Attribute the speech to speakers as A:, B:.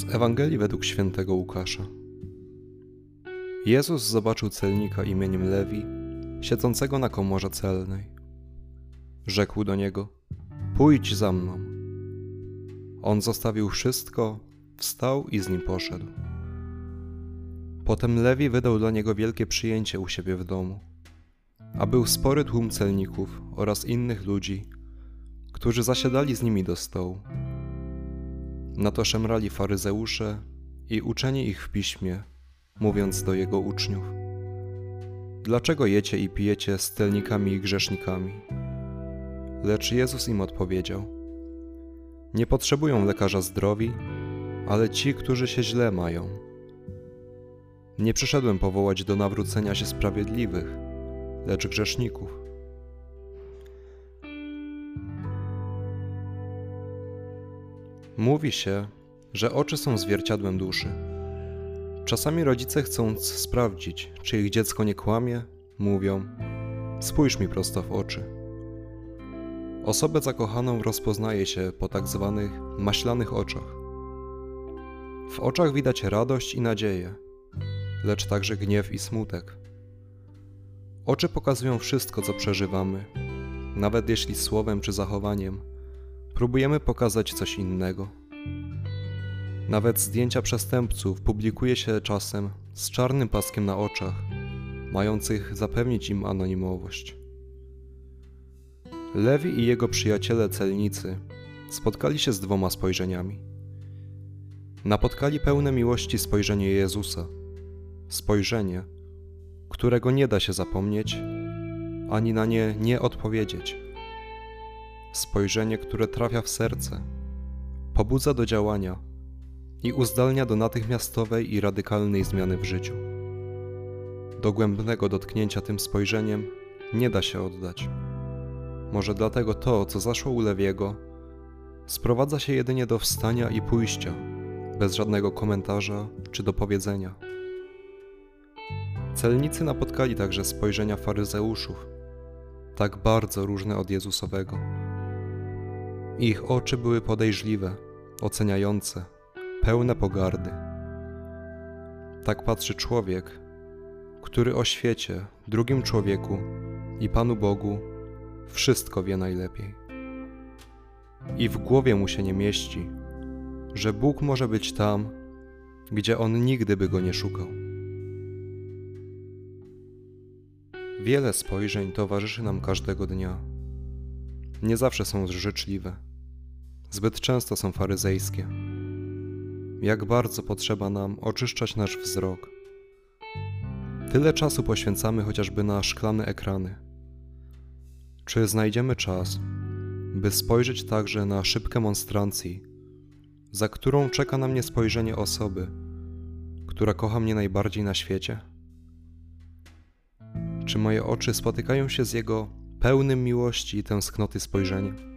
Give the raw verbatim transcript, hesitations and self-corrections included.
A: Z Ewangelii według świętego Łukasza. Jezus zobaczył celnika imieniem Lewi, siedzącego na komorze celnej. Rzekł do niego: pójdź za mną. On zostawił wszystko, wstał i z nim poszedł. Potem Lewi wydał dla niego wielkie przyjęcie u siebie w domu, a był spory tłum celników oraz innych ludzi, którzy zasiadali z nimi do stołu. Na to szemrali faryzeusze i uczeni ich w piśmie, mówiąc do jego uczniów: dlaczego jecie i pijecie z celnikami i grzesznikami? Lecz Jezus im odpowiedział: nie potrzebują lekarza zdrowi, ale ci, którzy się źle mają. Nie przyszedłem powołać do nawrócenia się sprawiedliwych, lecz grzeszników. Mówi się, że oczy są zwierciadłem duszy. Czasami rodzice, chcąc sprawdzić, czy ich dziecko nie kłamie, mówią: spójrz mi prosto w oczy. Osobę zakochaną rozpoznaje się po tak zwanych maślanych oczach. W oczach widać radość i nadzieję, lecz także gniew i smutek. Oczy pokazują wszystko, co przeżywamy, nawet jeśli słowem czy zachowaniem próbujemy pokazać coś innego. Nawet zdjęcia przestępców publikuje się czasem z czarnym paskiem na oczach, mających zapewnić im anonimowość. Lewi i jego przyjaciele celnicy spotkali się z dwoma spojrzeniami. Napotkali pełne miłości spojrzenie Jezusa, spojrzenie, którego nie da się zapomnieć, ani na nie nie odpowiedzieć. Spojrzenie, które trafia w serce, pobudza do działania i uzdalnia do natychmiastowej i radykalnej zmiany w życiu. Dogłębnego dotknięcia tym spojrzeniem nie da się oddać. Może dlatego to, co zaszło u Lewiego, sprowadza się jedynie do wstania i pójścia, bez żadnego komentarza czy dopowiedzenia. Celnicy napotkali także spojrzenia faryzeuszów, tak bardzo różne od Jezusowego. Ich oczy były podejrzliwe, oceniające, pełne pogardy. Tak patrzy człowiek, który o świecie, drugim człowieku i Panu Bogu wszystko wie najlepiej. I w głowie mu się nie mieści, że Bóg może być tam, gdzie on nigdy by go nie szukał. Wiele spojrzeń towarzyszy nam każdego dnia. Nie zawsze są życzliwe. Zbyt często są faryzejskie. Jak bardzo potrzeba nam oczyszczać nasz wzrok. Tyle czasu poświęcamy chociażby na szklane ekrany. Czy znajdziemy czas, by spojrzeć także na szybkę monstrancji, za którą czeka na mnie spojrzenie osoby, która kocha mnie najbardziej na świecie? Czy moje oczy spotykają się z jego pełnym miłości i tęsknoty spojrzeniem?